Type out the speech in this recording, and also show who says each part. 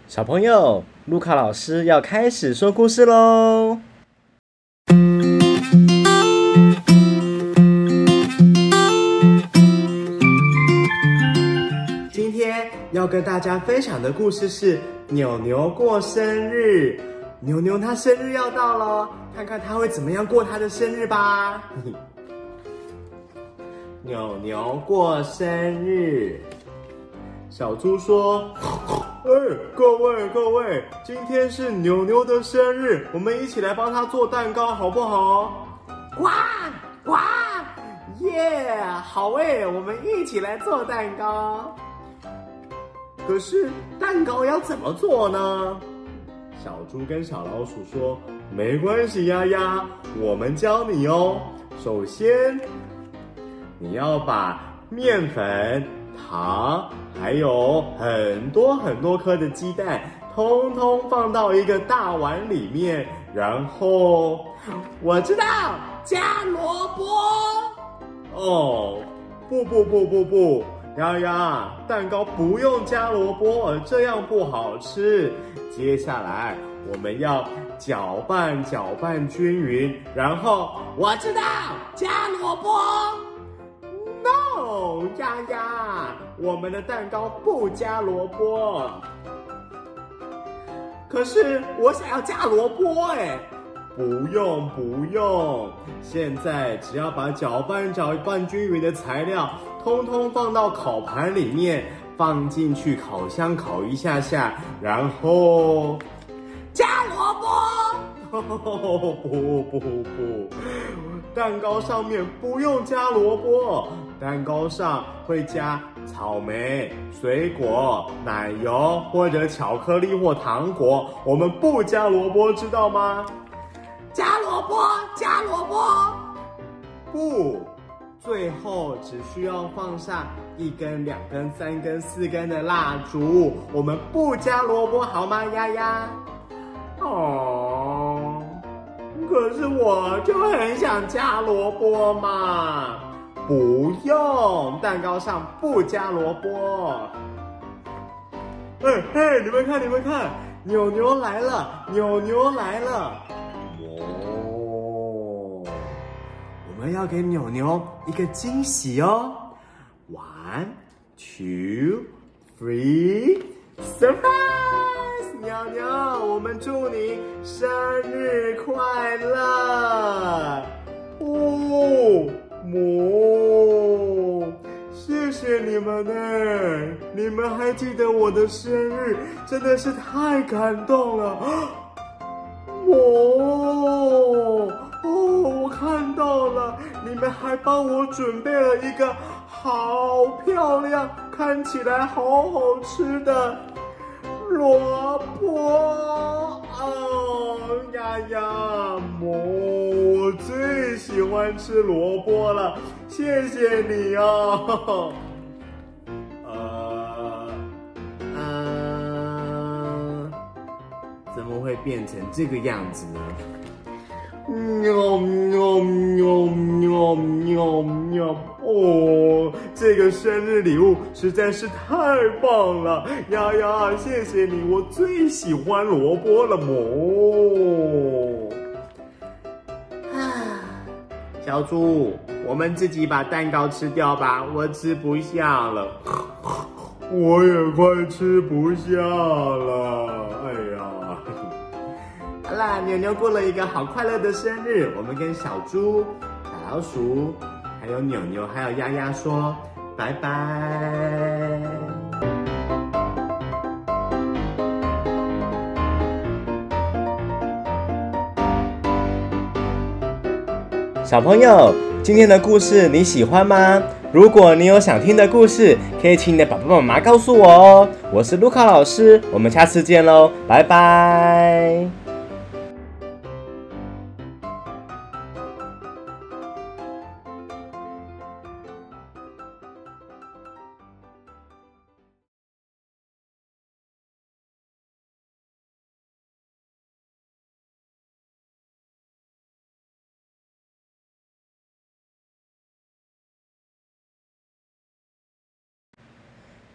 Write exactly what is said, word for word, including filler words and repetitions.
Speaker 1: 小朋友，路卡老师要开始说故事喽。今天要跟大家分享的故事是牛牛过生日。牛牛他生日要到了，看看他会怎么样过他的生日吧。牛牛过生日。小猪说：哎，各位各位，今天是牛牛的生日，我们一起来帮他做蛋糕好不好？呱呱，耶，好哎，我们一起来做蛋糕。可是蛋糕要怎么做呢？小猪跟小老鼠说：没关系呀呀，我们教你哦。首先，你要把面粉、糖，还有很多很多颗的鸡蛋，通通放到一个大碗里面，然后我知道加萝卜。哦，不不不不不，丫丫，蛋糕不用加萝卜，这样不好吃。接下来我们要搅拌搅拌均匀，然后我知道加萝卜。No， 丫丫，我们的蛋糕不加萝卜。可是我想要加萝卜哎。不用不用，现在只要把搅拌搅拌均匀的材料通通放到烤盘里面，放进去烤箱烤一下下，然后加萝卜。不不不，蛋糕上面不用加萝卜，蛋糕上会加草莓、水果、奶油或者巧克力或糖果，我们不加萝卜，知道吗？加萝卜，加萝卜。不，最后只需要放上一根、两根、三根、四根的蜡烛，我们不加萝卜好吗，丫丫？哦，可是我就很想加萝卜嘛。不用，蛋糕上不加萝卜。嘿嘿，你们看，你们看，牛牛来了，牛牛来了。哦，我们要给牛牛一个惊喜哦。One, two, three, surprise！ 牛牛，我们祝你生日快乐！哦，哦，谢谢你们呢！你们还记得我的生日，真的是太感动了。哦哦，我看到了，你们还帮我准备了一个好漂亮、看起来好好吃的萝卜。哦呀呀，我最喜欢吃萝卜了，谢谢你哦。呃，嗯、呃，怎么会变成这个样子呢？喵喵喵喵喵喵！哦，这个生日礼物实在是太棒了，丫丫，谢谢你，我最喜欢萝卜了么。啊，小猪，我们自己把蛋糕吃掉吧，我吃不下了。我也快吃不下了，哎呀。好啦，牛牛过了一个好快乐的生日，我们跟小猪、小老鼠，还有牛牛，还有丫丫说拜拜。小朋友，今天的故事你喜欢吗？如果你有想听的故事，可以请你的爸爸妈妈告诉我哦。我是卢卡老师，我们下次见喽，拜拜。